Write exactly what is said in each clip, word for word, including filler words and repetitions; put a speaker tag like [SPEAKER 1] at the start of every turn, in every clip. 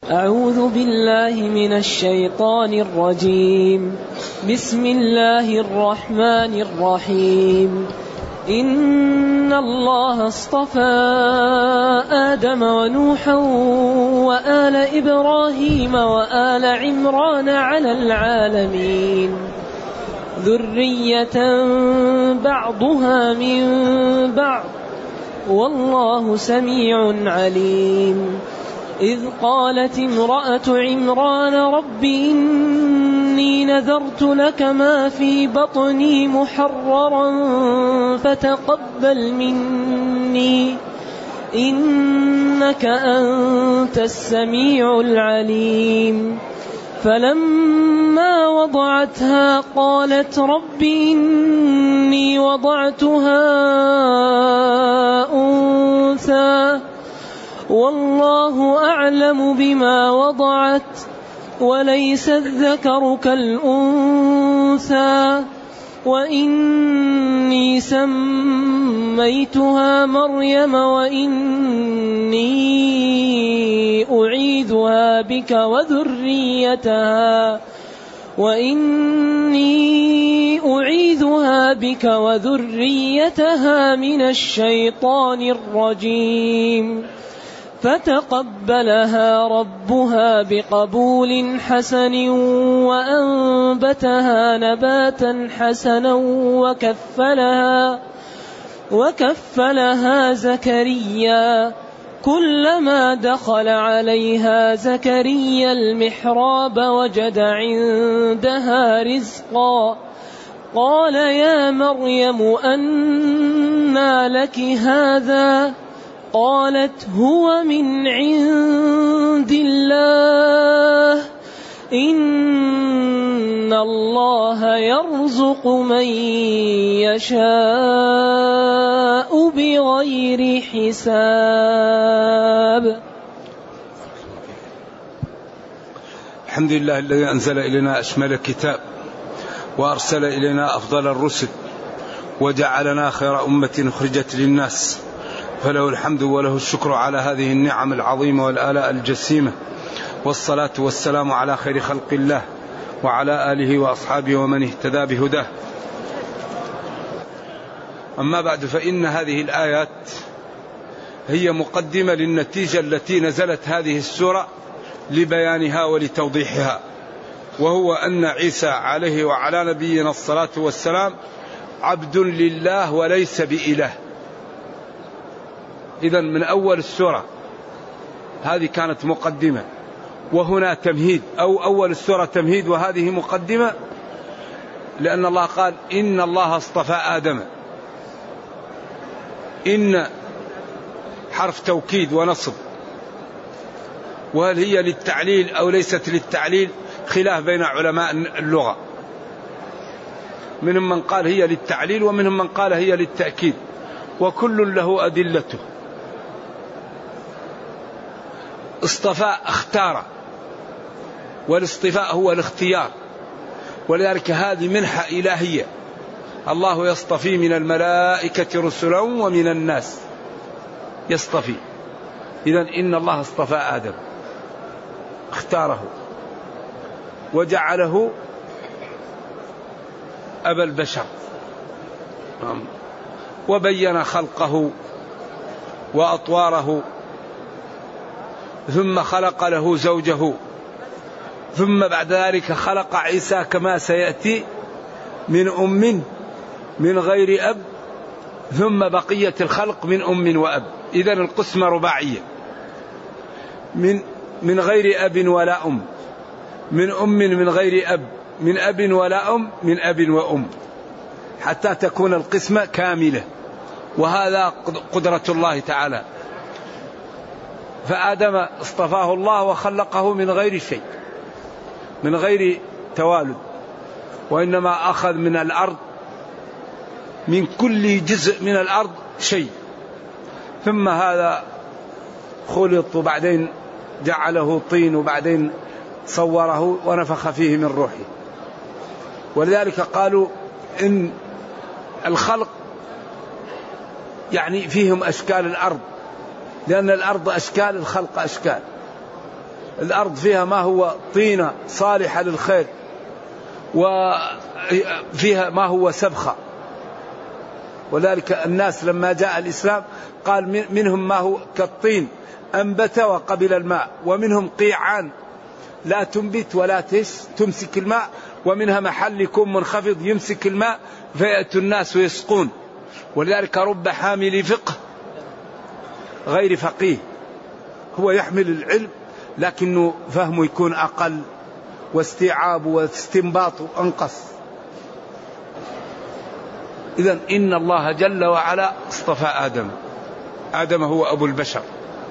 [SPEAKER 1] أعوذ بالله من الشيطان الرجيم. بسم الله الرحمن الرحيم. إن الله اصطفى آدم ونوحا وآل إبراهيم وآل عمران على العالمين ذرية بعضها من بعض والله سميع عليم. إذ قالت امرأة عمران رب إني نذرت لك ما في بطني محررا فتقبل مني إنك أنت السميع العليم. فلما وضعتها قالت رب إني وضعتها أنثى والله أعلم بما وضعت وليس الذكر كالأنثى وإني سميتها مريم وإني أعيذها بك وذريتها وإني أعيذها بك وذريتها من الشيطان الرجيم. فتقبلها ربها بقبول حسن وأنبتها نباتا حسنا وكفلها, وكفلها زكريا. كلما دخل عليها زكريا المحراب وجد عندها رزقا قال يا مريم أنى لك هذا؟ قالت هو من عند الله إن الله يرزق من يشاء بغير حساب.
[SPEAKER 2] الحمد لله الذي أنزل إلينا أشمل الكتاب وأرسل إلينا أفضل الرسل وجعلنا خير أمة أخرجت للناس، فله الحمد وله الشكر على هذه النعم العظيمة والآلاء الجسيمة، والصلاة والسلام على خير خلق الله وعلى آله وأصحابه ومن اهتدى بهداه. أما بعد، فإن هذه الآيات هي مقدمة للنتيجة التي نزلت هذه السورة لبيانها ولتوضيحها، وهو أن عيسى عليه وعلى نبينا الصلاة والسلام عبد لله وليس بإله. إذن من أول السورة هذه كانت مقدمة، وهنا تمهيد، أو أول السورة تمهيد وهذه مقدمة، لأن الله قال إن الله اصطفى آدم. إن حرف توكيد ونصب، وهل هي للتعليل أو ليست للتعليل خلاف بين علماء اللغة، منهم من قال هي للتعليل ومنهم من قال هي للتأكيد، وكل له أدلته. اصطفى اختار، والاصطفاء هو الاختيار، ولذلك هذه منحة إلهية، الله يصطفي من الملائكة رسلا ومن الناس يصطفي. إذن إن الله اصطفى آدم، اختاره وجعله أبا البشر، وبين خلقه وأطواره، ثم خلق له زوجه، ثم بعد ذلك خلق عيسى كما سيأتي من أم من غير أب، ثم بقية الخلق من أم وأب. إذن القسمة رباعية، من من غير أب ولا أم، من أم من غير أب، من أب ولا أم، من أب وأم، حتى تكون القسمة كاملة، وهذا قدرة الله تعالى. فآدم اصطفاه الله وخلقه من غير شيء، من غير توالد، وإنما أخذ من الأرض، من كل جزء من الأرض شيء، ثم هذا خلط وبعدين جعله طين وبعدين صوره ونفخ فيه من روحه. ولذلك قالوا إن الخلق يعني فيهم أشكال الأرض، لأن الأرض أشكال، الخلق أشكال. الأرض فيها ما هو طينة صالحة للخير، وفيها ما هو سبخة. ولذلك الناس لما جاء الإسلام قال منهم ما هو كالطين أنبت وقبل الماء، ومنهم قيعان لا تنبت ولا تمسك الماء، ومنها محل يكون منخفض يمسك الماء فيأتي الناس ويسقون. ولذلك رب حامل فقه غير فقيه، هو يحمل العلم لكنه فهمه يكون أقل واستيعابه واستنباطه أنقص. إذن إن الله جل وعلا اصطفى آدم. آدم هو أبو البشر،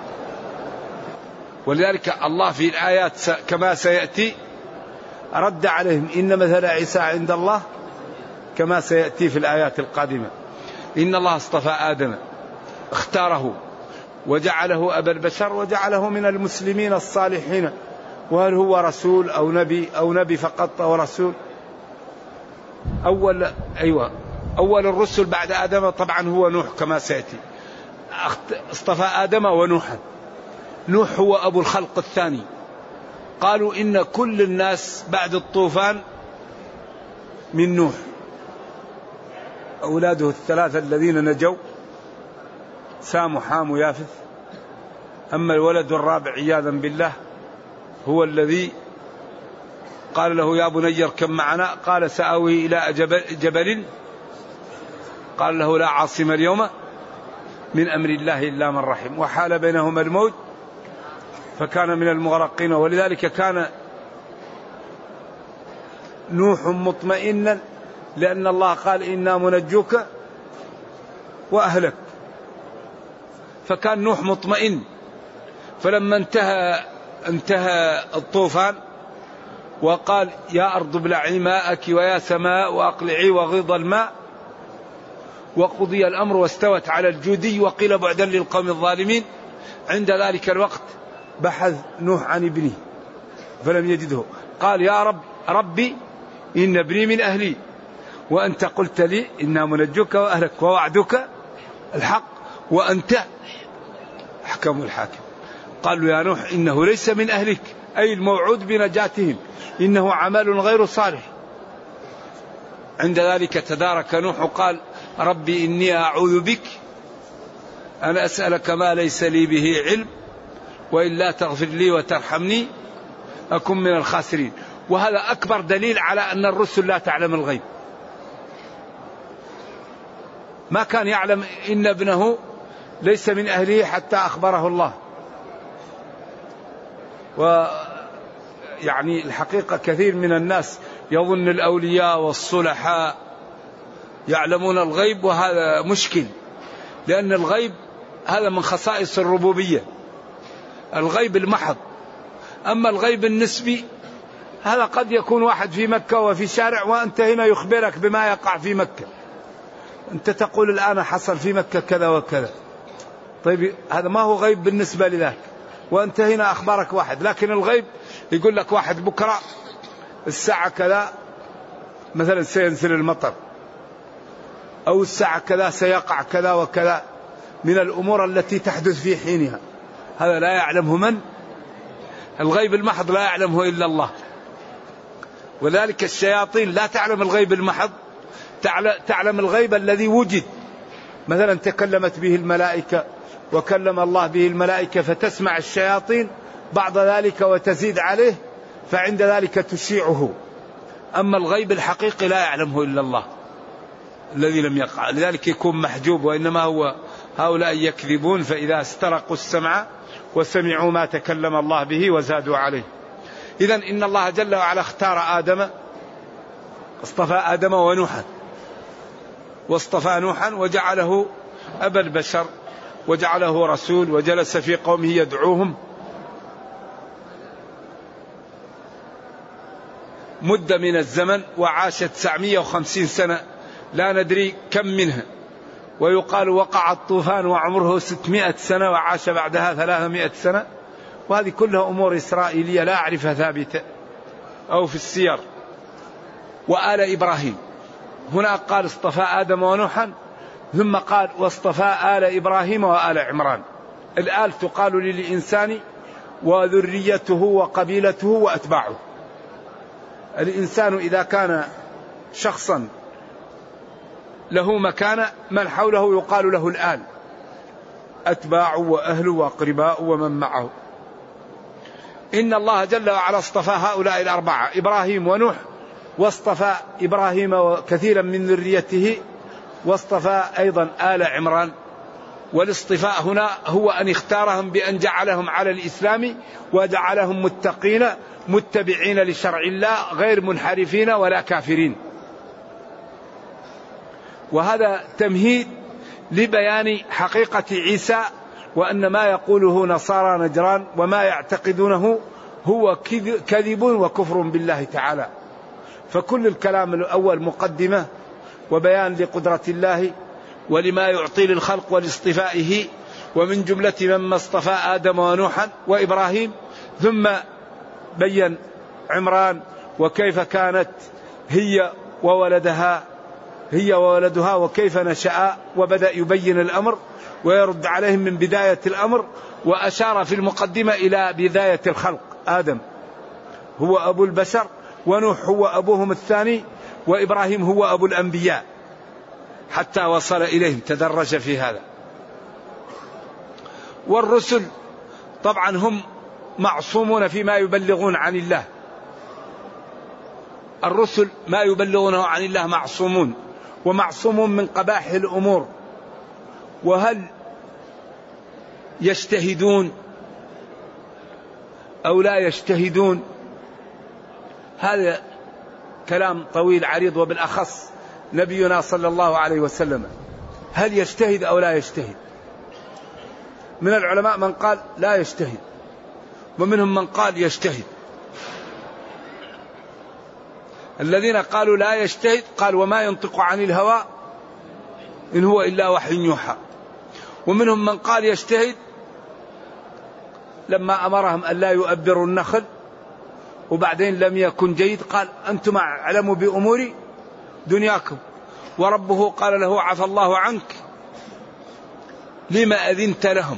[SPEAKER 2] ولذلك الله في الآيات كما سيأتي رد عليهم إن مثل عيسى عند الله كما سيأتي في الآيات القادمة. إن الله اصطفى آدم اختاره وجعله أبا البشر وجعله من المسلمين الصالحين. وهل هو رسول أو نبي أو نبي فقط أو رسول؟ أول أيوة أول الرسل بعد آدم طبعا هو نوح كما سيأتي. اصطفى آدم ونوحا. نوح هو أبو الخلق الثاني. قالوا إن كل الناس بعد الطوفان من نوح، أولاده الثلاثة الذين نجوا سام وحام ويافث. أما الولد الرابع عياذا بالله هو الذي قال له يا بني اركب معنا، قال سآوي إلى جبل, جبل قال له لا عاصم اليوم من أمر الله إلا من رحم، وحال بينهما الموج فكان من المغرقين. ولذلك كان نوح مطمئنا لأن الله قال إنا منجوك وأهلك، فكان نوح مطمئن. فلما انتهى انتهى الطوفان وقال يا أرض ابلعي ماءك ويا سماء وأقلعي وغيض الماء، وقضي الأمر واستوت على الجودي وقيل بعدا للقوم الظالمين. عند ذلك الوقت بحث نوح عن ابنه فلم يجده، قال يا رب ربي إن ابني من أهلي وأنت قلت لي إنا منجوك وأهلك ووعدك الحق وأنت أحكم الحاكم. قالوا يا نوح إنه ليس من أهلك، أي الموعود بنجاتهم، إنه عمل غير صالح. عند ذلك تدارك نوح وقال ربي إني أعوذ بك أن أسألك ما ليس لي به علم وإلا تغفر لي وترحمني أكن من الخاسرين. وهذا أكبر دليل على أن الرسل لا تعلم الغيب. ما كان يعلم إن ابنه ليس من أهله حتى أخبره الله. ويعني الحقيقة كثير من الناس يظن الأولياء والصلحاء يعلمون الغيب، وهذا مشكل، لأن الغيب هذا من خصائص الربوبية، الغيب المحض. أما الغيب النسبي هذا قد يكون واحد في مكة وفي شارع وأنت هنا يخبرك بما يقع في مكة، أنت تقول الآن حصل في مكة كذا وكذا، طيب هذا ما هو غيب بالنسبة لذاك، وأنت هنا أخبارك واحد. لكن الغيب يقول لك واحد بكرة الساعة كذا مثلا سينزل المطر، أو الساعة كذا سيقع كذا وكذا من الأمور التي تحدث في حينها. هذا لا يعلمه من؟ الغيب المحض لا يعلمه إلا الله. وذلك الشياطين لا تعلم الغيب المحض، تعلم الغيب الذي وجد. مثلا تكلمت به الملائكة وكلم الله به الملائكة فتسمع الشياطين بعض ذلك وتزيد عليه، فعند ذلك تشيعه. أما الغيب الحقيقي لا يعلمه إلا الله الذي لم يقع، لذلك يكون محجوب. وإنما هو هؤلاء يكذبون فإذا استرقوا السمع وسمعوا ما تكلم الله به وزادوا عليه. إذن إن الله جل وعلا اختار آدم، اصطفى آدم ونوحا، واصطفى نوحا وجعله أبا البشر وجعله رسول، وجلس في قومه يدعوهم مدة من الزمن، وعاش تسعمائة وخمسين سنة لا ندري كم منها. ويقال وقع الطوفان وعمره ستمائة سنة وعاش بعدها ثلاثمائة سنة، وهذه كلها أمور إسرائيلية لا أعرفها ثابتة أو في السير. وآل إبراهيم، هنا قال اصطفى آدم ونوحا، ثم قال واصطفى آل إبراهيم وآل عمران. الآل تقال للإنسان وذريته وقبيلته وأتباعه. الإنسان إذا كان شخصا له مكانة من حوله يقال له الآل، أتباعه وأهله وأقرباءه ومن معه. إن الله جل وعلا اصطفى هؤلاء الأربعة إبراهيم ونوح، واصطفى إبراهيم وكثيرا من ذريته، واصطفى أيضا آل عمران. والاصطفاء هنا هو أن اختارهم بأن جعلهم على الإسلام وجعلهم متقين متبعين لشرع الله غير منحرفين ولا كافرين. وهذا تمهيد لبيان حقيقة عيسى، وأن ما يقوله نصارى نجران وما يعتقدونه هو كذب وكفر بالله تعالى. فكل الكلام الأول مقدمة وبيان لقدرة الله ولما يعطي للخلق ولاصطفائه، ومن جملة مما اصطفى آدم ونوحا وإبراهيم، ثم بين عمران وكيف كانت هي وولدها هي وولدها وكيف نشأ، وبدأ يبين الأمر ويرد عليهم من بداية الأمر، وأشار في المقدمة إلى بداية الخلق. آدم هو أبو البشر، ونوح هو أبوهم الثاني، وإبراهيم هو أبو الأنبياء، حتى وصل إليهم تدرج في هذا. والرسل طبعا هم معصومون فيما يبلغون عن الله، الرسل ما يبلغونه عن الله معصومون، ومعصومون من قبائح الأمور. وهل يجتهدون أو لا يجتهدون؟ هذا كلام طويل عريض، وبالأخص نبينا صلى الله عليه وسلم هل يجتهد أو لا يجتهد؟ من العلماء من قال لا يجتهد، ومنهم من قال يجتهد. الذين قالوا لا يجتهد قال وما ينطق عن الهوى إن هو إلا وحي يوحى. ومنهم من قال يجتهد لما أمرهم أن لا يؤبروا النخل وبعدين لم يكن جيد، قال أنتم أعلموا بأمور دنياكم، وربه قال له عفى الله عنك لما أذنت لهم.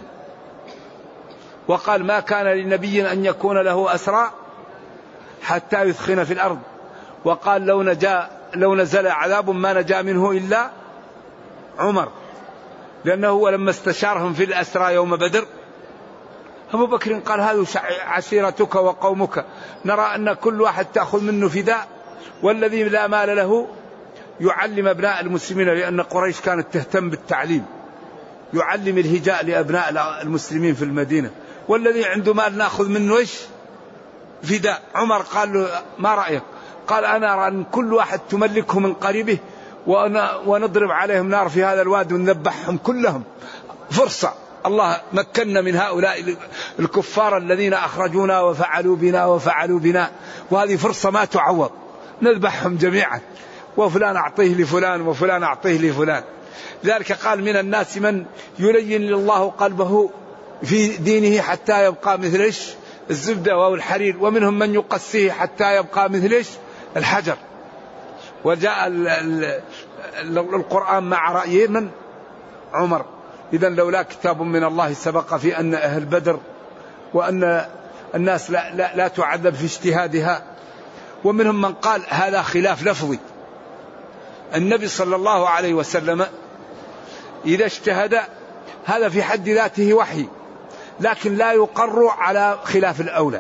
[SPEAKER 2] وقال ما كان لنبي أن يكون له أسرى حتى يثخن في الأرض. وقال لو نجا لو نزل عذاب ما نجا منه إلا عمر، لأنه هو لما استشارهم في الأسرى يوم بدر، أبو بكر قال هذه عشيرتك وقومك، نرى أن كل واحد تأخذ منه فداء، والذي لا مال له يعلم أبناء المسلمين، لأن قريش كانت تهتم بالتعليم، يعلم الهجاء لأبناء المسلمين في المدينة، والذي عنده مال نأخذ منه إيش؟ فداء. عمر قال له ما رأيك؟ قال أنا أرى أن كل واحد تملكه من قريبه ونضرب عليهم نار في هذا الواد ونذبحهم كلهم، فرصة الله مكننا من هؤلاء الكفار الذين أخرجونا وفعلوا بنا وفعلوا بنا، وهذه فرصة ما تعوض، نذبحهم جميعا، وفلان أعطيه لفلان وفلان أعطيه لفلان. ذلك قال من الناس من يلين الله قلبه في دينه حتى يبقى مثل إيش؟ الزبدة أو الحرير، ومنهم من يقسيه حتى يبقى مثل إيش؟ الحجر. وجاء القرآن مع رأي من؟ عمر. إذا لولا كتاب من الله سبق في أن أهل بدر وأن الناس لا, لا, لا تعذب في اجتهادها. ومنهم من قال هذا خلاف لفظي، النبي صلى الله عليه وسلم إذا اجتهد هذا في حد ذاته وحي، لكن لا يقر على خلاف الأولى،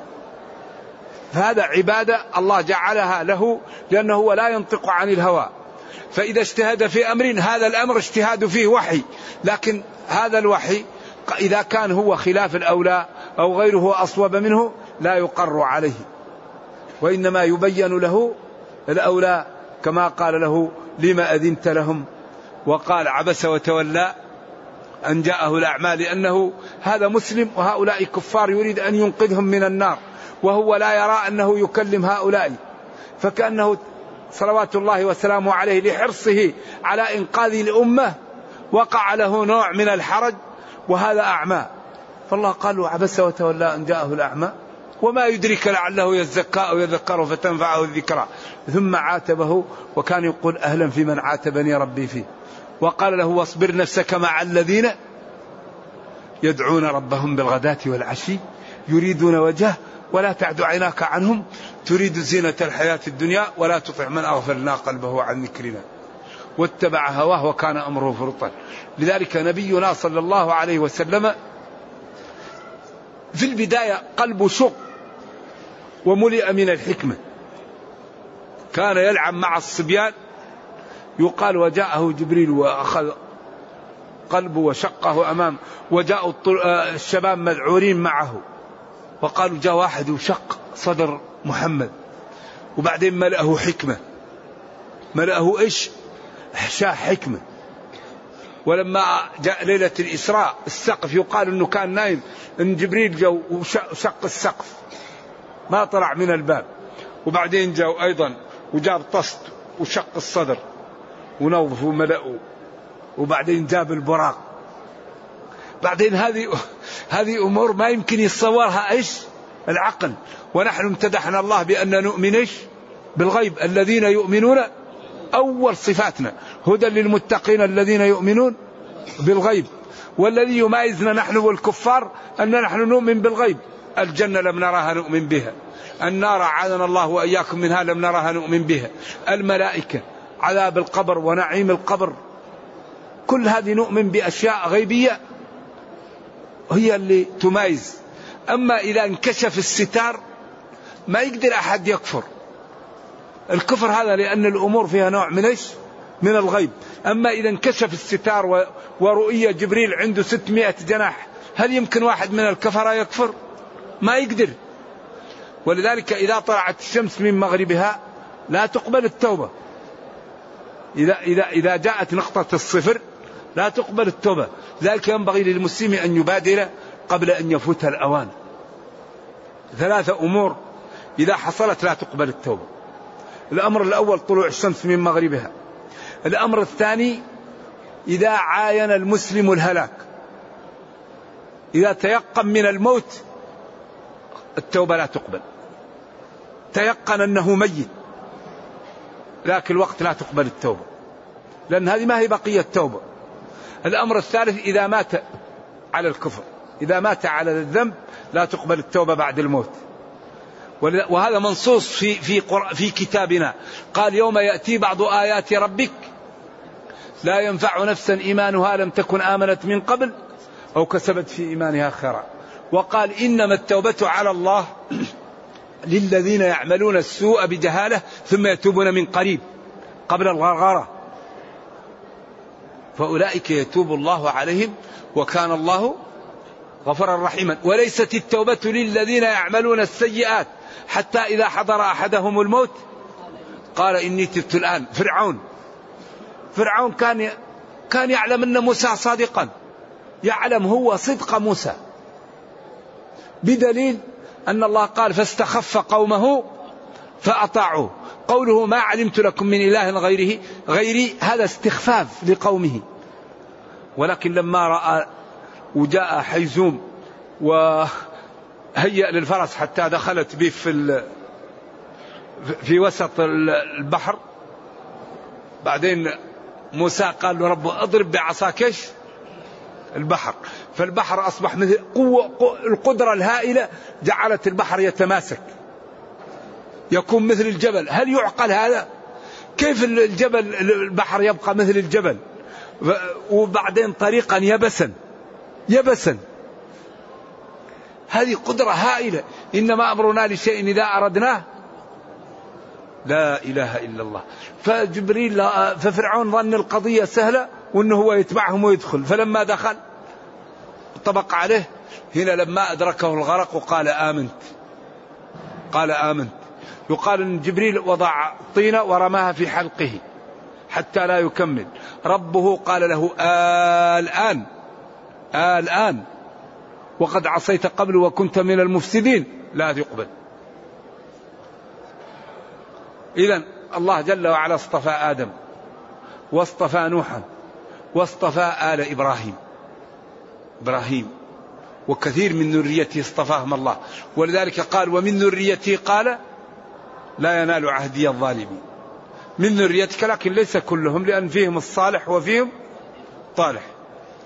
[SPEAKER 2] فهذا عبادة الله جعلها له لأنه هو لا ينطق عن الهوى. فإذا اجتهد في أمر هذا الأمر اجتهاد فيه وحي، لكن هذا الوحي إذا كان هو خلاف الأولى أو غيره أصوب منه لا يقر عليه، وإنما يبين له الأولى، كما قال له لما أذنت لهم. وقال عبس وتولى أن جاءه الأعمى، لأنه هذا مسلم وهؤلاء كفار يريد أن ينقذهم من النار، وهو لا يرى أنه يكلم هؤلاء، فكأنه صلوات الله وسلامه عليه لحرصه على إنقاذ الأمة وقع له نوع من الحرج، وهذا أعمى. فالله قال له عبس وتولى أن جاءه الأعمى وما يدرك لعله يزكى أو يذكر فتنفعه الذكرى، ثم عاتبه وكان يقول أهلا في من عاتبني ربي فيه. وقال له واصبر نفسك مع الذين يدعون ربهم بالغداة والعشي يريدون وجهه ولا تعد عيناك عنهم تريد زينة الحياة الدنيا ولا تطع من أغفلنا قلبه عن ذكرنا واتبع هواه وكان أمره فرطا. لذلك نبينا صلى الله عليه وسلم في البداية قلبه شق وملئ من الحكمة، كان يلعب مع الصبيان، يقال وجاءه جبريل وأخذ قلبه وشقه أمام، وجاء الشباب مذعورين معه وقالوا جاء واحد وشق صدر محمد، وبعدين ملأه حكمة، ملأه إيش؟ إحشاء حكمة. ولما جاء ليلة الإسراء السقف يقال أنه كان نايم، أن جبريل جاء وشق السقف ما طلع من الباب، وبعدين جاء أيضا وجاب طست وشق الصدر ونظف وملأه، وبعدين جاب البراق. بعدين هذه هذه أمور ما يمكن يتصورها إيش العقل. ونحن امتدحنا الله بأن نؤمن إيش بالغيب، الذين يؤمنون، أول صفاتنا هدى للمتقين الذين يؤمنون بالغيب. والذي يميزنا نحن والكفار أن نحن نؤمن بالغيب. الجنة لم نراها نؤمن بها، النار عاذنا الله وإياكم منها لم نراها نؤمن بها، الملائكة، عذاب القبر ونعيم القبر، كل هذه نؤمن بأشياء غيبية هي اللي تميز. أما إذا انكشف الستار ما يقدر أحد يكفر. الكفر هذا لأن الأمور فيها نوع من إيش؟ من الغيب. أما إذا انكشف الستار ورؤية جبريل عنده ستمائة جناح، هل يمكن واحد من الكفرة يكفر؟ ما يقدر. ولذلك إذا طلعت الشمس من مغربها لا تقبل التوبة. إذا إذا إذا جاءت نقطة الصفر لا تقبل التوبة. ذلك ينبغي للمسلم أن يبادر قبل أن يفوت الأوان. ثلاثة أمور إذا حصلت لا تقبل التوبة. الأمر الأول طلوع الشمس من مغربها. الأمر الثاني إذا عاين المسلم الهلاك، إذا تيقن من الموت التوبة لا تقبل، تيقن أنه ميت لكن الوقت لا تقبل التوبة، لأن هذه ما هي بقية التوبة. الأمر الثالث إذا مات على الكفر، إذا مات على الذنب لا تقبل التوبة بعد الموت. وهذا منصوص في في في كتابنا، قال يوم يأتي بعض آيات ربك لا ينفع نفسا إيمانها لم تكن آمنت من قبل أو كسبت في إيمانها خيرا. وقال إنما التوبة على الله للذين يعملون السوء بجهالة ثم يتوبون من قريب قبل الغرغرة فأولئك يتوب الله عليهم وكان الله غفورا رحيما. وليست التوبة للذين يعملون السيئات حتى إذا حضر أحدهم الموت قال إني تبت الآن. فرعون فرعون كان كان يعلم أن موسى صادقا، يعلم هو صدق موسى، بدليل أن الله قال فاستخف قومه فأطاعوه. قوله ما علمت لكم من إله غيره غيري هذا استخفاف لقومه. ولكن لما رأى وجاء حيزوم وهيأ للفرس حتى دخلت به في في وسط البحر، بعدين موسى قال له رب اضرب بعصاك البحر، فالبحر أصبح مثل قوة القدرة الهائلة جعلت البحر يتماسك يكون مثل الجبل. هل يعقل هذا؟ كيف الجبل البحر يبقى مثل الجبل وبعدين طريقا يبسا يبسا؟ هذه قدرة هائلة. إنما أمرنا لشيء إذا أردناه لا إله إلا الله. فجبريل ففرعون ظن القضية سهلة وأنه هو يتبعهم ويدخل، فلما دخل طبق عليه. هنا لما أدركه الغرق وقال آمنت قال آمنت. يقال أن جبريل وضع طينة ورماها في حلقه حتى لا يكمل. ربه قال له آه الآن آه الآن وقد عصيت قبل وكنت من المفسدين لا يقبل. إذن الله جل وعلا اصطفى آدم واصطفى نوحا واصطفى آل إبراهيم إبراهيم وكثير من ذريته اصطفاهم الله. ولذلك قال ومن ذريته قال لا ينال عهدي الظالمين. من ذريتك لكن ليس كلهم، لأن فيهم الصالح وفيهم طالح.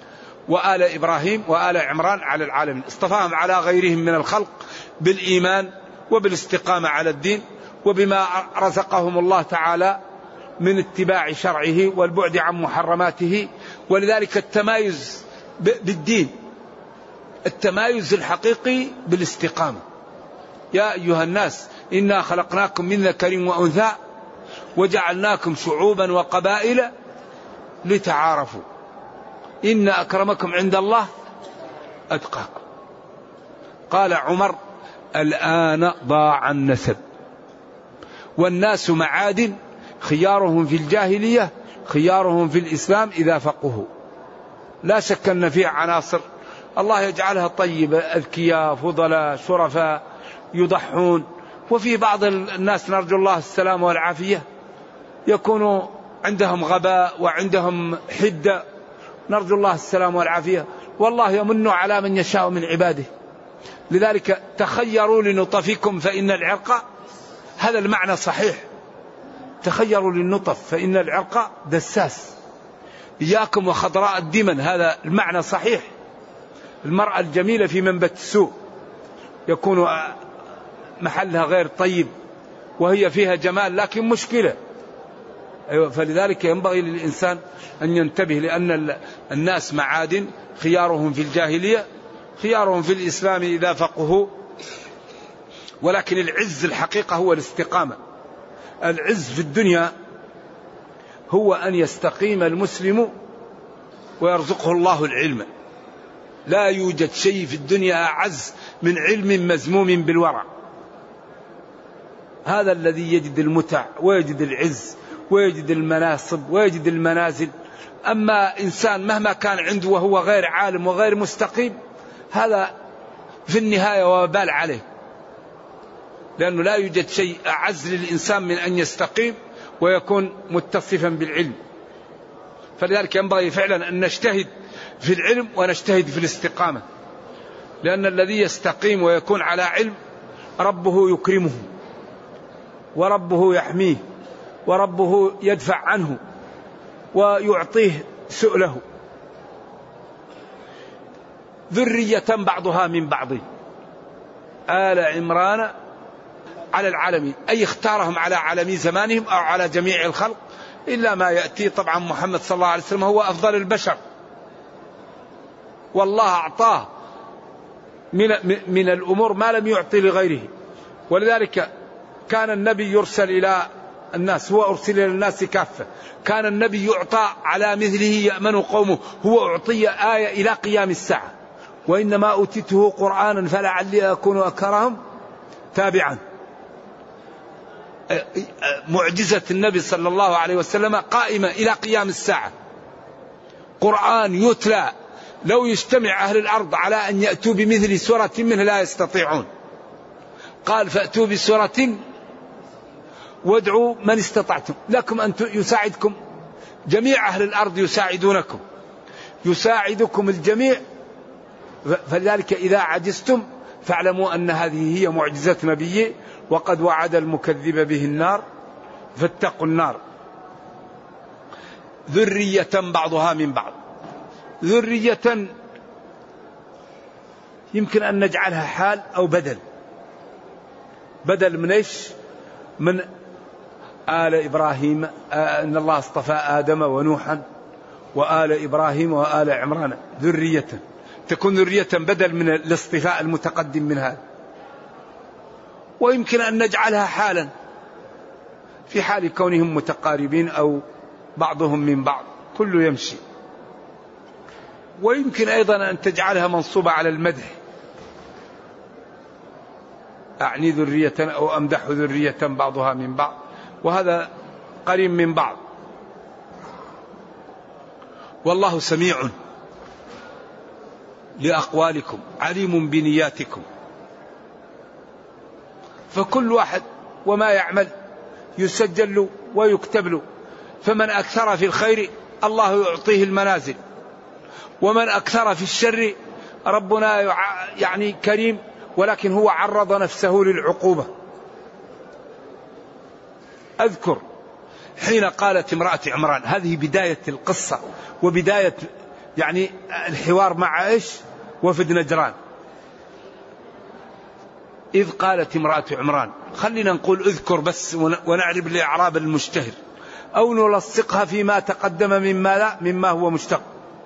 [SPEAKER 2] وآل إبراهيم وآل عمران على العالمين، اصطفاهم على غيرهم من الخلق بالإيمان وبالاستقامة على الدين وبما رزقهم الله تعالى من اتباع شرعه والبعد عن محرماته. ولذلك التمايز بالدين، التمايز الحقيقي بالاستقامة. يا أيها الناس إنا خلقناكم من ذكر وأنثى وجعلناكم شعوبا وقبائل لتعارفوا إن أكرمكم عند الله أتقاكم. قال عمر الآن ضاع النسب والناس معادن خيارهم في الجاهلية خيارهم في الإسلام إذا فقهوا. لا شك أن فيه عناصر الله يجعلها طيبة، أذكياء فضلاء شرفاء يضحون، وفي بعض الناس نرجو الله السلامة والعافية يكون عندهم غباء وعندهم حدة، نرجو الله السلامة والعافية، والله يمن على من يشاء من عباده. لذلك تخيروا لنطفكم فإن العرق، هذا المعنى صحيح، تخيروا للنطف فإن العرق دساس، إياكم وخضراء الدمن، هذا المعنى صحيح. المرأة الجميلة في منبت السوء يكون محلها غير طيب وهي فيها جمال لكن مشكلة. فلذلك ينبغي للإنسان أن ينتبه، لأن الناس معادن خيارهم في الجاهلية خيارهم في الإسلام إذا فقهوا. ولكن العز الحقيقة هو الاستقامة. العز في الدنيا هو أن يستقيم المسلم ويرزقه الله العلم. لا يوجد شيء في الدنيا أعز من علم مزموم بالورع. هذا الذي يجد المتع ويجد العز ويجد المناصب ويجد المنازل. أما إنسان مهما كان عنده وهو غير عالم وغير مستقيم، هذا في النهاية وبال عليه، لأنه لا يوجد شيء أعز للإنسان من أن يستقيم ويكون متصفا بالعلم. فلذلك ينبغي فعلا أن نجتهد في العلم ونجتهد في الاستقامة، لأن الذي يستقيم ويكون على علم ربه يكرمه وربه يحميه وربه يدفع عنه ويعطيه سؤله. ذرية بعضها من بعض آل عمران على العالمين، أي اختارهم على عالمي زمانهم أو على جميع الخلق، إلا ما يأتي. طبعا محمد صلى الله عليه وسلم هو أفضل البشر، والله أعطاه من, من الأمور ما لم يعطي لغيره. ولذلك كان النبي يرسل إلى الناس، هو أرسل إلى الناس كافة. كان النبي يعطى على مثله يأمن قومه، هو أعطي آية إلى قيام الساعة، وإنما أوتيته قرآنا فلعلي أكون أكرهم تابعا. معجزة النبي صلى الله عليه وسلم قائمة إلى قيام الساعة. قرآن يتلى لو يجتمع أهل الأرض على أن يأتوا بمثل سورة منه لا يستطيعون. قال فأتوا بسورة وادعوا من استطعتم لكم أن يساعدكم جميع أهل الأرض، يساعدونكم يساعدكم الجميع. فلذلك إذا عجزتم فاعلموا أن هذه هي معجزة نبيه، وقد وعد المكذب به النار فاتقوا النار. ذرية بعضها من بعض، ذرية يمكن أن نجعلها حال أو بدل. بدل من إيش؟ من آل إبراهيم، أن الله اصطفى آدم ونوحا وآل إبراهيم وآل عمران ذرية، تكون ذرية بدل من الاصطفاء المتقدم من هذا. ويمكن أن نجعلها حالا في حال كونهم متقاربين أو بعضهم من بعض، كله يمشي. ويمكن أيضا أن تجعلها منصوبة على المدح، أعني ذرية أو أمدح ذرية بعضها من بعض، وهذا قريب من بعض. والله سميع لأقوالكم عليم بنياتكم. فكل واحد وما يعمل يسجل له ويكتب له. فمن أكثر في الخير الله يعطيه المنازل، ومن أكثر في الشر ربنا يعني كريم، ولكن هو عرض نفسه للعقوبة. أذكر حين قالت امرأة عمران، هذه بداية القصة وبداية يعني الحوار مع إيش؟ وفد نجران. إذ قالت امرأة عمران، خلينا نقول اذكر بس ونعرب الإعراب المشتهر، أو نلصقها فيما تقدم مما لا مما هو مشتق.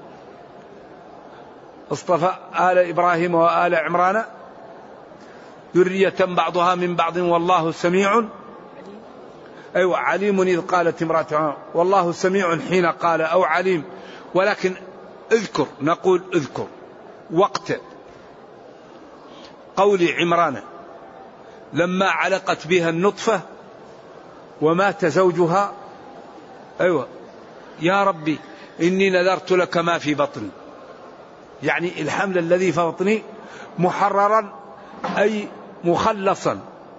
[SPEAKER 2] اصطفى آل إبراهيم وآل عمران ذرية بعضها من بعض والله سميع أيوة عليم. إذ قالت امرأة عمران والله سميع حين قال، أو عليم، ولكن اذكر نقول اذكر وقت قول عمران لما علقت بها النطفة ومات زوجها، أيوة يا ربي إني نذرت لك ما في بطني، يعني الحمل الذي في بطني محررا أي مخلصا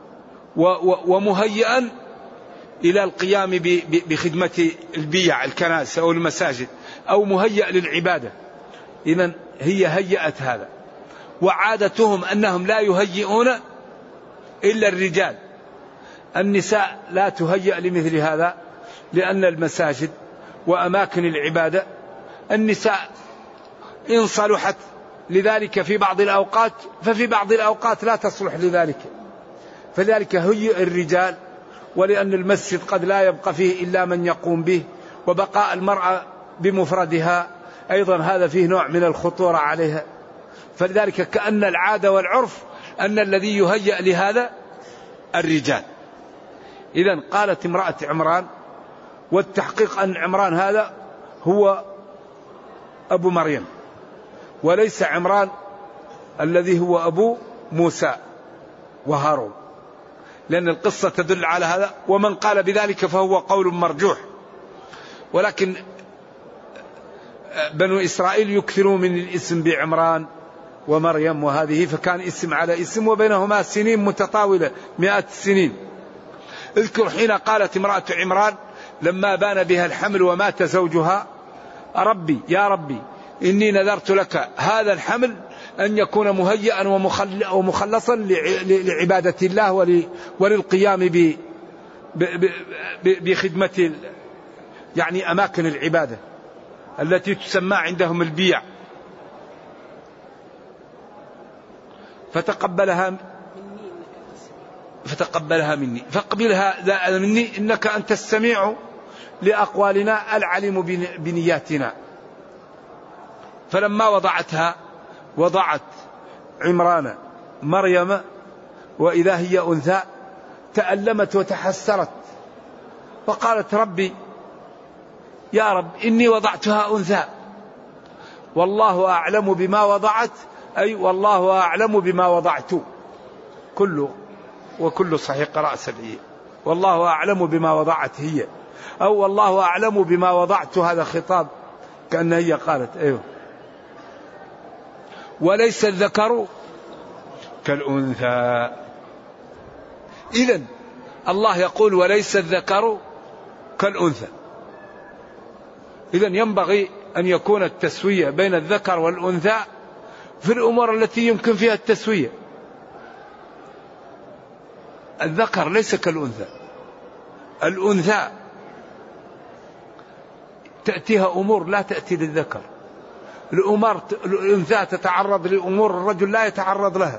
[SPEAKER 2] ومهيئا إلى القيام بخدمة البيع الكنائس أو المساجد، أو مهيئ للعبادة. إذن هي هيئت هذا، وعادتهم أنهم لا يهيئون إلا الرجال، النساء لا تهيئ لمثل هذا، لأن المساجد وأماكن العبادة النساء إن صلحت لذلك في بعض الأوقات ففي بعض الأوقات لا تصلح لذلك، فذلك هيئ الرجال. ولأن المسجد قد لا يبقى فيه إلا من يقوم به، وبقاء المرأة بمفردها أيضا هذا فيه نوع من الخطورة عليها، فلذلك كأن العادة والعرف أن الذي يهيأ لهذا الرجال. إذن قالت امرأة عمران، والتحقيق أن عمران هذا هو أبو مريم، وليس عمران الذي هو أبو موسى وهارون، لأن القصة تدل على هذا، ومن قال بذلك فهو قول مرجوح. ولكن بنو إسرائيل يكثرون من الاسم بعمران ومريم وهذه، فكان اسم على اسم، وبينهما سنين متطاولة مئات السنين. اذكر حين قالت امرأة عمران لما بان بها الحمل ومات زوجها، ربي يا ربي إني نذرت لك هذا الحمل أن يكون مهيئا ومخلصا لعبادة الله وللقيام بخدمة يعني أماكن العبادة التي تسمى عندهم البيع. فتقبلها فتقبلها مني فاقبلها مني إنك أنت السميع لأقوالنا العليم بنياتنا. فلما وضعتها وضعت عمران مريم وإذا هي أنثى تألمت وتحسرت، فقالت ربي يا رب إني وضعتها أنثى والله أعلم بما وضعت، أي والله أعلم بما وضعت، كله وكل صحيح قراءة سبعية، والله أعلم بما وضعت هي، أو والله أعلم بما وضعت، هذا خطاب كأن هي قالت أيوه. وليس الذكر كالأنثى، إذن الله يقول وليس الذكر كالأنثى، إذن ينبغي أن يكون التسوية بين الذكر والأنثى في الأمور التي يمكن فيها التسوية. الذكر ليس كالأنثى، الأنثى تأتيها أمور لا تأتي للذكر، الأمور الأنثى تتعرض لأمور الرجل لا يتعرض لها،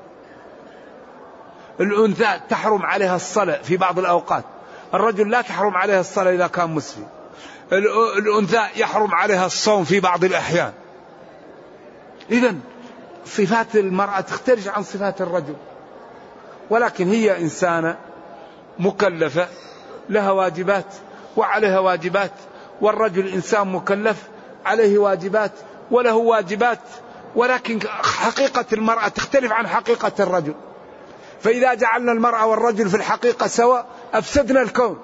[SPEAKER 2] الأنثى تحرم عليها الصلاة في بعض الأوقات، الرجل لا تحرم عليها الصلاة إذا كان مسلم، الأنثى يحرم عليها الصوم في بعض الأحيان. إذن صفات المرأة تختلف عن صفات الرجل، ولكن هي إنسانة مكلفة لها واجبات وعليها واجبات، والرجل إنسان مكلف عليه واجبات وله واجبات، ولكن حقيقة المرأة تختلف عن حقيقة الرجل. فإذا جعلنا المرأة والرجل في الحقيقة سواء أفسدنا الكون.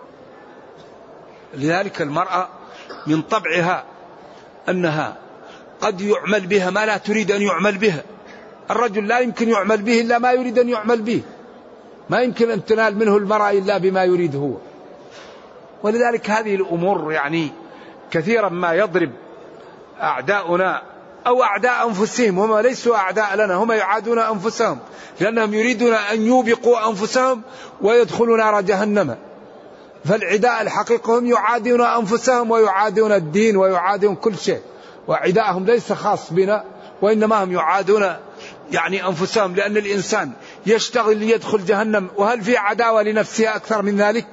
[SPEAKER 2] لذلك المرأة من طبعها أنها قد يعمل بها ما لا تريد أن يعمل بها، الرجل لا يمكن يعمل به إلا ما يريد أن يعمل به، ما يمكن أن تنال منه المرأة إلا بما يريد هو. ولذلك هذه الأمور يعني كثيرا ما يضرب أعداؤنا أو أعداء أنفسهم، هم ليسوا أعداء لنا، هم يعادون أنفسهم، لأنهم يريدون أن يوبقوا أنفسهم ويدخلوا نار جهنم. فالعداء الحقيقة هم يعادون أنفسهم ويعادون الدين ويعادون كل شيء، وعداءهم ليس خاص بنا، وإنما هم يعادون يعني أنفسهم، لأن الإنسان يشتغل ليدخل جهنم، وهل في عداوة لنفسها أكثر من ذلك؟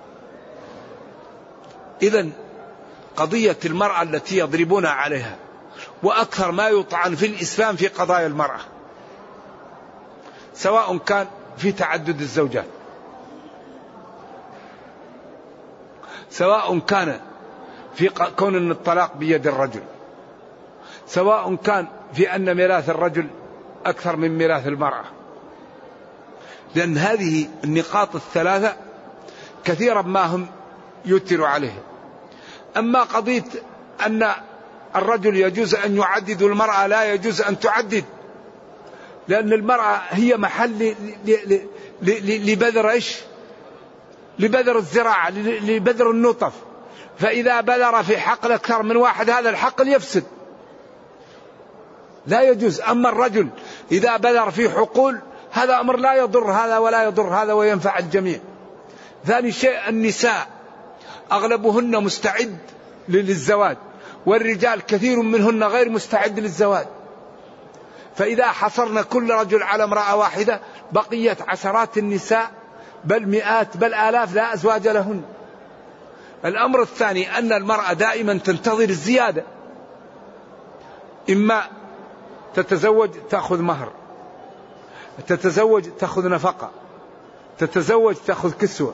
[SPEAKER 2] إذن قضية المرأة التي يضربون عليها، وأكثر ما يطعن في الإسلام في قضايا المرأة، سواء كان في تعدد الزوجات، سواء كان في كون أن الطلاق بيد الرجل، سواء كان في أن ميراث الرجل أكثر من ميراث المرأة، لأن هذه النقاط الثلاثة كثيرا ما هم يتر عليه. أما قضية أن الرجل يجوز أن يعدد والمرأة لا يجوز أن تعدد، لأن المرأة هي محل لبذر إيش؟ لبذر الزراعة، لبذر النطف، فإذا بذر في حقل أكثر من واحد هذا الحقل يفسد، لا يجوز. أما الرجل إذا بذر في حقول هذا أمر لا يضر هذا ولا يضر هذا وينفع الجميع. ثاني شيء النساء أغلبهن مستعد للزواج، والرجال كثير منهن غير مستعد للزواج، فإذا حصرنا كل رجل على امرأة واحدة بقيت عشرات النساء بل مئات بل آلاف لا أزواج لهن. الأمر الثاني أن المرأة دائما تنتظر الزيادة، إما تتزوج تأخذ مهر، تتزوج تأخذ نفقة، تتزوج تأخذ كسوة،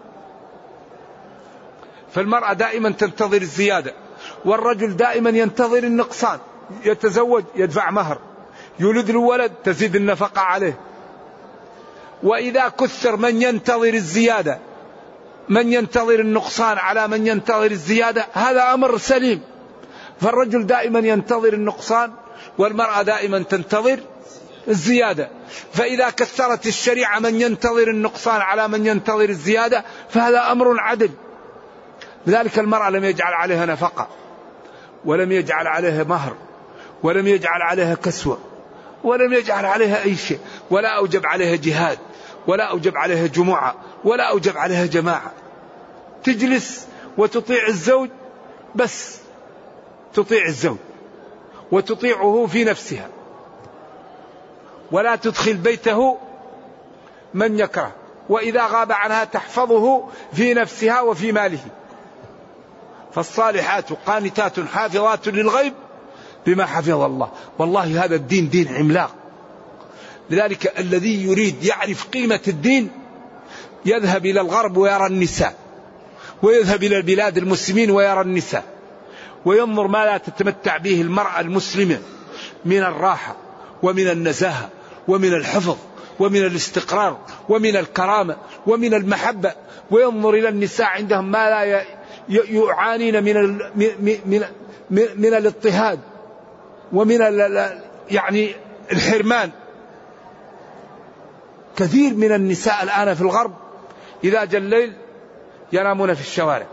[SPEAKER 2] فالمرأة دائما تنتظر الزيادة، والرجل دائما ينتظر النقصان، يتزوج يدفع مهر، يولد له ولد تزيد النفقة عليه. وإذا كثر من ينتظر الزيادة، من ينتظر النقصان على من ينتظر الزيادة، هذا أمر سليم. فالرجل دائما ينتظر النقصان والمرأة دائما تنتظر الزيادة، فإذا كثرت الشريعة من ينتظر النقصان على من ينتظر الزيادة فهذا أمر عدل. لذلك المرأة لم يجعل عليها نفقة، ولم يجعل عليها مهر، ولم يجعل عليها كسوة، ولم يجعل عليها أي شيء، ولا أوجب عليها جهاد، ولا أوجب عليها جمعة، ولا أوجب عليها جماعة. تجلس وتطيع الزوج، بس تطيع الزوج وتطيعه في نفسها، ولا تدخل بيته من يكره، وإذا غاب عنها تحفظه في نفسها وفي ماله. فالصالحات قانتات حافظات للغيب بما حفظ الله. والله هذا الدين دين عملاق. لذلك الذي يريد يعرف قيمة الدين يذهب إلى الغرب ويرى النساء، ويذهب إلى البلاد المسلمين ويرى النساء، وينظر ما لا تتمتع به المرأة المسلمة من الراحة ومن النزاهة ومن الحفظ ومن الاستقرار ومن الكرامة ومن المحبة، وينظر إلى النساء عندهم ما لا يعانين من من من, من الاضطهاد ومن يعني الحرمان. كثير من النساء الآن في الغرب إذا جاء الليل ينامون في الشوارع،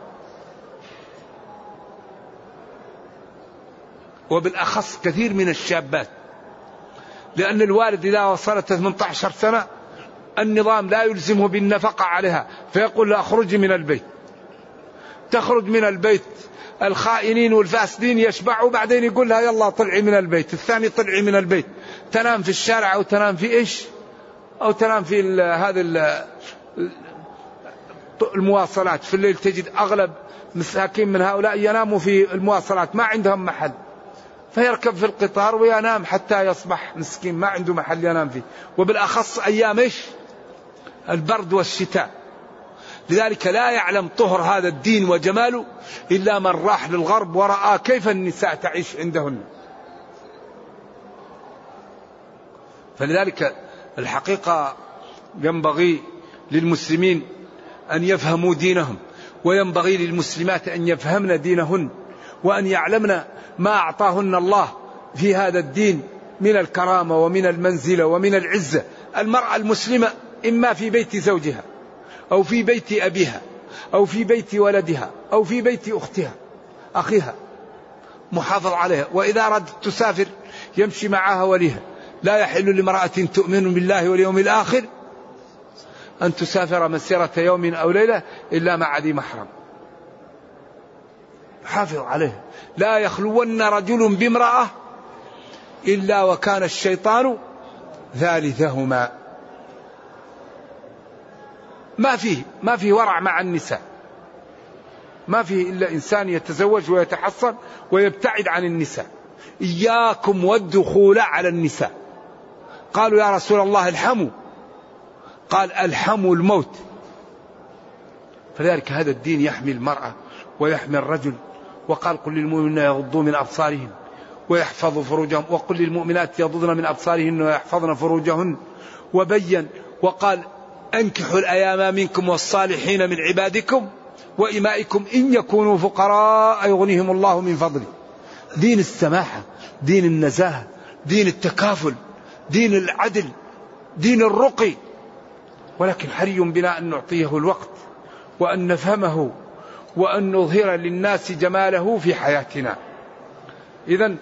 [SPEAKER 2] وبالأخص كثير من الشابات، لأن الوالد إذا وصلت ثمانية عشر سنة النظام لا يلزمه بالنفقة عليها، فيقول لا أخرج من البيت. تخرج من البيت، الخائنين والفاسدين يشبعوا، بعدين يقول لها يلا طلعي من البيت، الثاني طلعي من البيت، تنام في الشارع أو تنام في إيش أو تنام في هذا المواصلات. في الليل تجد أغلب مساكين من هؤلاء يناموا في المواصلات، ما عندهم محل، فيركب في القطار وينام حتى يصبح مسكين ما عنده محل ينام فيه، وبالأخص أيام إيش البرد والشتاء. لذلك لا يعلم طهر هذا الدين وجماله إلا من راح للغرب ورأى كيف النساء تعيش عندهن. فلذلك الحقيقة ينبغي للمسلمين أن يفهموا دينهم، وينبغي للمسلمات أن يفهمن دينهن، وأن يعلمن ما أعطاهن الله في هذا الدين من الكرامة ومن المنزلة ومن العزة. المرأة المسلمة إما في بيت زوجها أو في بيت أبيها أو في بيت ولدها أو في بيت أختها أخيها محافظ عليها، وإذا أردت تسافر يمشي معها وليها. لا يحل لامرأة تؤمن بالله واليوم الآخر أن تسافر مسيرة يوم أو ليلة إلا مع ذي محرم. حافظ عليه. لا يخلون رجل بامرأة إلا وكان الشيطان ثالثهما. ما فيه ما فيه ورع مع النساء، ما فيه إلا إنسان يتزوج ويتحصن ويبتعد عن النساء. إياكم والدخول على النساء. قالوا يا رسول الله الحموا، قال الحموا الموت. فلذلك هذا الدين يحمي المرأة ويحمي الرجل. وقال قل للمؤمنين يغضوا من أبصارهم ويحفظوا فروجهم، وقل للمؤمنات يغضضن من أبصارهن ويحفظن فروجهن. وبين وقال أنكحوا الأيام منكم والصالحين من عبادكم وإمائكم إن يكونوا فقراء يغنيهم الله من فضله. دين السماحة، دين النزاهة، دين التكافل، دين العدل، دين الرقي. ولكن حري بنا أن نعطيه الوقت وأن نفهمه وأن نظهر للناس جماله في حياتنا. إذن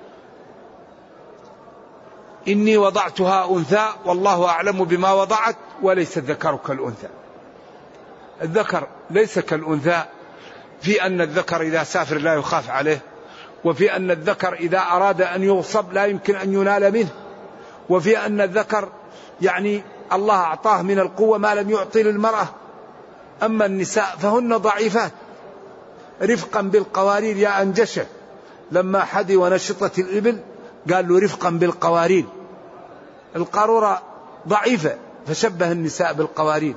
[SPEAKER 2] إني وضعتها أنثى والله أعلم بما وضعت وليس الذكر كالأنثى. الذكر ليس كالأنثى في أن الذكر إذا سافر لا يخاف عليه، وفي أن الذكر إذا أراد أن يغصب لا يمكن أن ينال منه، وفي أن الذكر يعني الله أعطاه من القوة ما لم يعطي للمرأة. أما النساء فهن ضعيفات. رفقا بالقوارير يا أنجشة، لما حدي ونشطت الإبل قال له رفقا بالقوارير. القارورة ضعيفة فشبه النساء بالقوارير.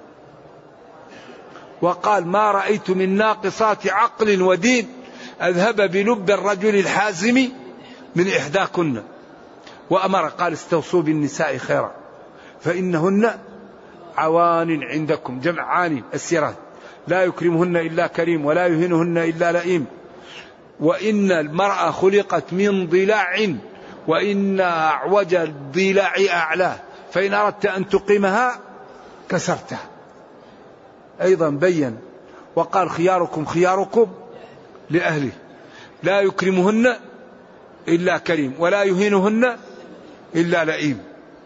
[SPEAKER 2] وقال ما رأيت من ناقصات عقل ودين أذهب بلب الرجل الحازم من إحداكن. وأمر قال استوصوا بالنساء خيرا فإنهن عوان عندكم، جمع عاني السيرات، لا يكرمهن إلا كريم ولا يهنهن إلا لئيم. وإن المرأة خلقت من ضلع وإن أعوج الضلع أعلاه فإن أردت أن تقيمها كسرتها. أيضا بين وقال خياركم خياركم لأهله، لا يكرمهن إلا كريم ولا يهينهن إلا لئيم.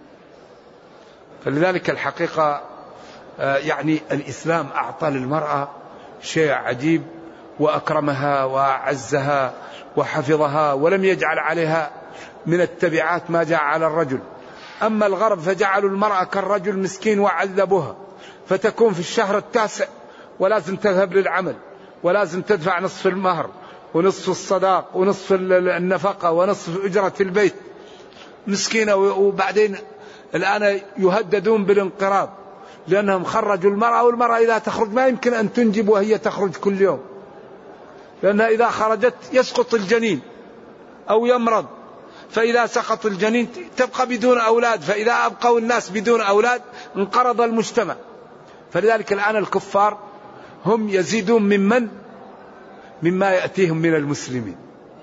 [SPEAKER 2] فلذلك الحقيقة يعني الإسلام أعطى للمرأة شيء عجيب، وأكرمها وأعزها وحفظها ولم يجعل عليها من التبعات ما جاء على الرجل. أما الغرب فجعلوا المرأة كالرجل مسكين وعذبوها، فتكون في الشهر التاسع ولازم تذهب للعمل ولازم تدفع نصف المهر ونصف الصداق ونصف النفقة ونصف أجرة البيت، مسكينة. وبعدين الآن يهددون بالانقراض لأنهم خرجوا المرأة، والمرأة إذا تخرج ما يمكن أن تنجب وهي تخرج كل يوم، لأنها إذا خرجت يسقط الجنين أو يمرض، فإذا سقط الجنين تبقى بدون أولاد، فإذا أبقوا الناس بدون أولاد انقرض المجتمع. فلذلك الآن الكفار هم يزيدون ممن مما يأتيهم من المسلمين.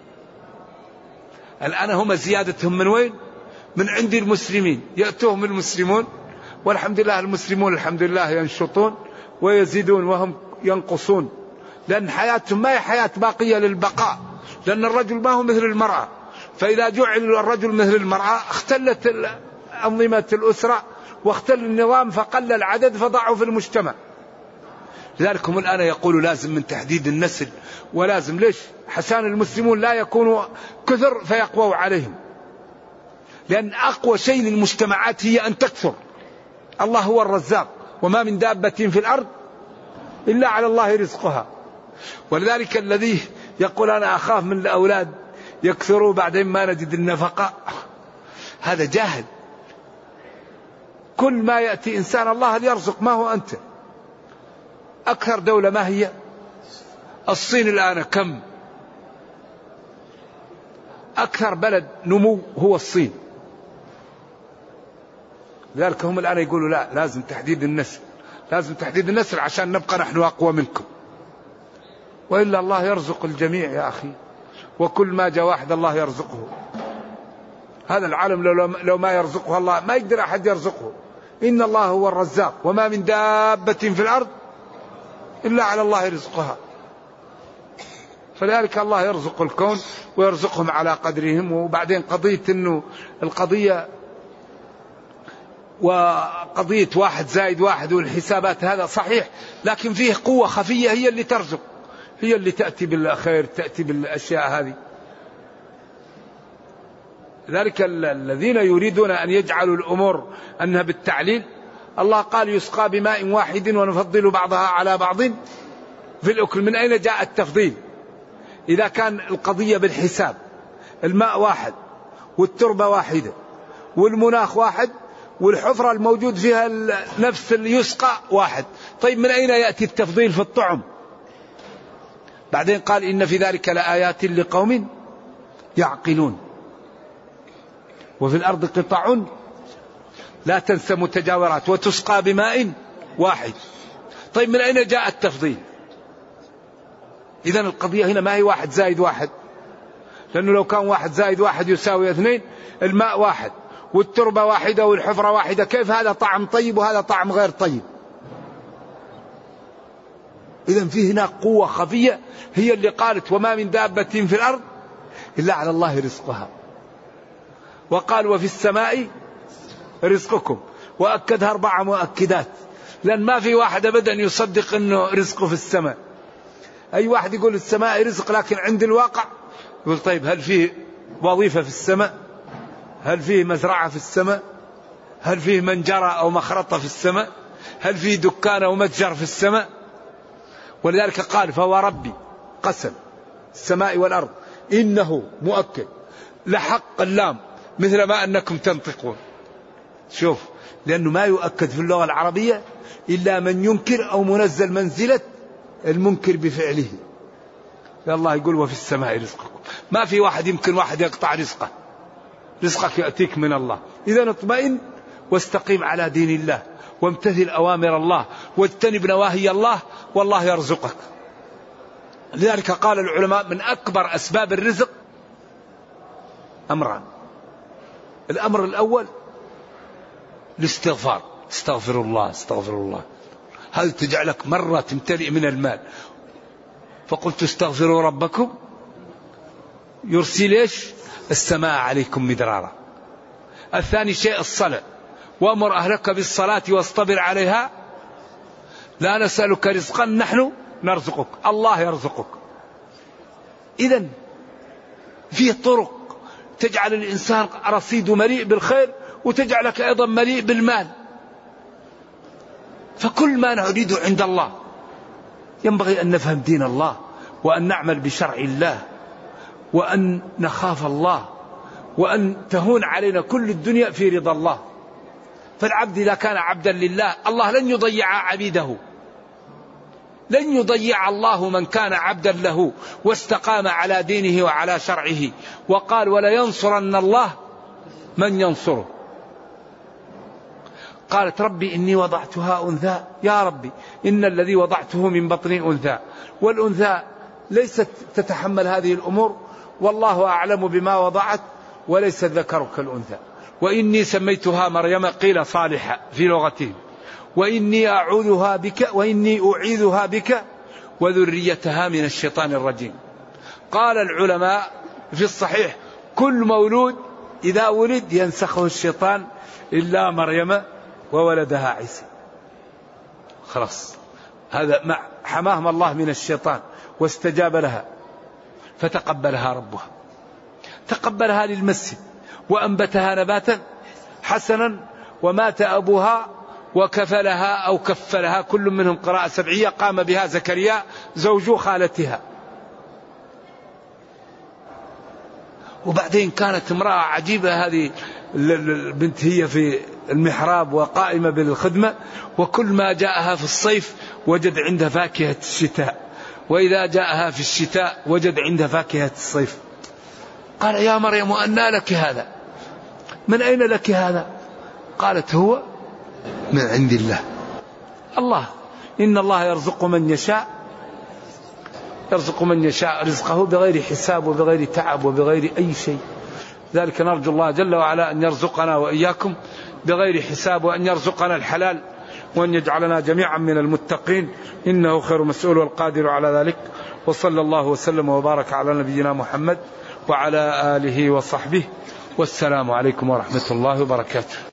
[SPEAKER 2] الآن هم زيادتهم من وين؟ من عند المسلمين، يأتوهم المسلمون والحمد لله المسلمون الحمد لله ينشطون ويزيدون وهم ينقصون، لأن حياتهم ما هي حياة باقية للبقاء، لأن الرجل ما هو مثل المرأة. فإذا جعل الرجل مثل المرأة اختلت أنظمة الأسرة واختل النظام فقل العدد فضعوا في المجتمع. لذلك هم الآن يقولوا لازم من تحديد النسل، ولازم ليش؟ حسان المسلمون لا يكونوا كثر فيقووا عليهم، لأن أقوى شيء للمجتمعات هي أن تكثر. الله هو الرزاق وما من دابة في الأرض إلا على الله رزقها. ولذلك الذي يقول أنا أخاف من الأولاد يكثروا بعدين ما نجد النفقة، هذا جاهل. كل ما يأتي إنسان الله ليرزق، ما هو أنت. أكثر دولة ما هي؟ الصين الآن كم؟ أكثر بلد نمو هو الصين. لذلك هم الآن يقولوا لا، لازم تحديد النسل، لازم تحديد النسل عشان نبقى نحن أقوى منكم، وإلا الله يرزق الجميع يا أخي، وكل ما جاء واحد الله يرزقه. هذا العالم لو, لو ما يرزقه الله ما يقدر أحد يرزقه. إن الله هو الرزاق وما من دابة في الأرض إلا على الله رزقها. فلذلك الله يرزق الكون ويرزقهم على قدرهم. وبعدين قضية إنه القضية وقضية واحد زائد واحد والحسابات هذا صحيح، لكن فيه قوة خفية هي اللي ترزق. هي اللي تأتي بالخير، تأتي بالأشياء هذه. ذلك الذين يريدون أن يجعلوا الأمور أنها بالتعليل، الله قال يسقى بماء واحد ونفضل بعضها على بعض في الأكل. من أين جاء التفضيل؟ إذا كان القضية بالحساب، الماء واحد والتربة واحدة والمناخ واحد والحفرة الموجود فيها نفس اللي يسقى واحد، طيب من أين يأتي التفضيل في الطعم؟ بعدين قال إن في ذلك لآيات لقوم يعقلون. وفي الأرض قطع لا تنسى متجاورات وتسقى بماء واحد. طيب من أين جاء التفضيل؟ إذن القضية هنا ما هي واحد زائد واحد، لأنه لو كان واحد زائد واحد يساوي اثنين، الماء واحد والتربة واحدة والحفرة واحدة، كيف هذا طعم طيب وهذا طعم غير طيب؟ إذن في هنا قوة خفية هي اللي قالت وما من دابة في الأرض إلا على الله رزقها. وقال وفي السماء رزقكم، وأكدها أربع مؤكدات، لأن ما في واحد أبدا يصدق أنه رزقه في السماء. أي واحد يقول السماء رزق، لكن عند الواقع يقول طيب هل فيه وظيفة في السماء؟ هل فيه مزرعة في السماء؟ هل فيه منجرة أو مخرطة في السماء؟ هل فيه دكان أو متجر في السماء؟ ولذلك قال فهو ربي قسم السماء والأرض إنه مؤكد لحق اللام مثل ما أنكم تنطقون. شوف، لأنه ما يؤكد في اللغة العربية إلا من ينكر أو منزل منزلة المنكر بفعله. الله يقول وفي السماء رزقكم، ما في واحد يمكن واحد يقطع رزقه، رزقك يأتيك من الله. إذا اطمئن واستقيم على دين الله وامتثل أوامر الله واجتنب نواهي الله والله يرزقك. لذلك قال العلماء من أكبر أسباب الرزق أمران. الأمر الأول الاستغفار، استغفر الله استغفر الله، هل تجعلك مرة تمتلئ من المال فقلت استغفروا ربكم يرسل ايش؟ السماء عليكم مدرارا. الثاني شيء الصلاة، وأمر أهلك بالصلاة واصطبر عليها لا نسألك رزقا نحن نرزقك، الله يرزقك. إذن فيه طرق تجعل الإنسان رصيده مليء بالخير وتجعلك أيضا مليء بالمال. فكل ما نريده عند الله ينبغي أن نفهم دين الله وأن نعمل بشرع الله وأن نخاف الله وأن تهون علينا كل الدنيا في رضا الله. فالعبد إذا كان عبدا لله الله لن يضيع عبيده، لن يضيع الله من كان عبدا له واستقام على دينه وعلى شرعه. وقال ولا ينصرن الله من ينصره. قالت ربي إني وضعتها أنثى، يا ربي إن الذي وضعته من بطني أنثى، والأنثى ليست تتحمل هذه الأمور، والله أعلم بما وضعت وليس الذكر كالأنثى. وإني سميتها مريم، قيل صالحة في لغتهم، وإني أعوذها بك وإني أعيذها بك وذريتها من الشيطان الرجيم. قال العلماء في الصحيح كل مولود إذا ولد ينسخه الشيطان إلا مريم وولدها عيسى. خلاص هذا مع حماهم الله من الشيطان واستجاب لها فتقبلها ربها، تقبلها للمسجد وأنبتها نباتا حسنا، ومات أبوها وكفلها أو كفلها كل منهم قراءة سبعية، قام بها زكريا زوج خالتها. وبعدين كانت امرأة عجيبة هذه البنت، هي في المحراب وقائمة بالخدمة، وكل ما جاءها في الصيف وجد عندها فاكهة الشتاء، وإذا جاءها في الشتاء وجد عندها فاكهة الصيف. قال يا مريم أنى لك هذا؟ من أين لك هذا؟ قالت هو من عند الله. الله إن الله يرزق من يشاء، يرزق من يشاء رزقه بغير حساب وبغير تعب وبغير أي شيء. ذلك نرجو الله جل وعلا أن يرزقنا وإياكم بغير حساب، وأن يرزقنا الحلال، وأن يجعلنا جميعا من المتقين، إنه خير مسؤول والقادر على ذلك. وصلى الله وسلم وبارك على نبينا محمد وعلى آله وصحبه، والسلام عليكم ورحمة الله وبركاته.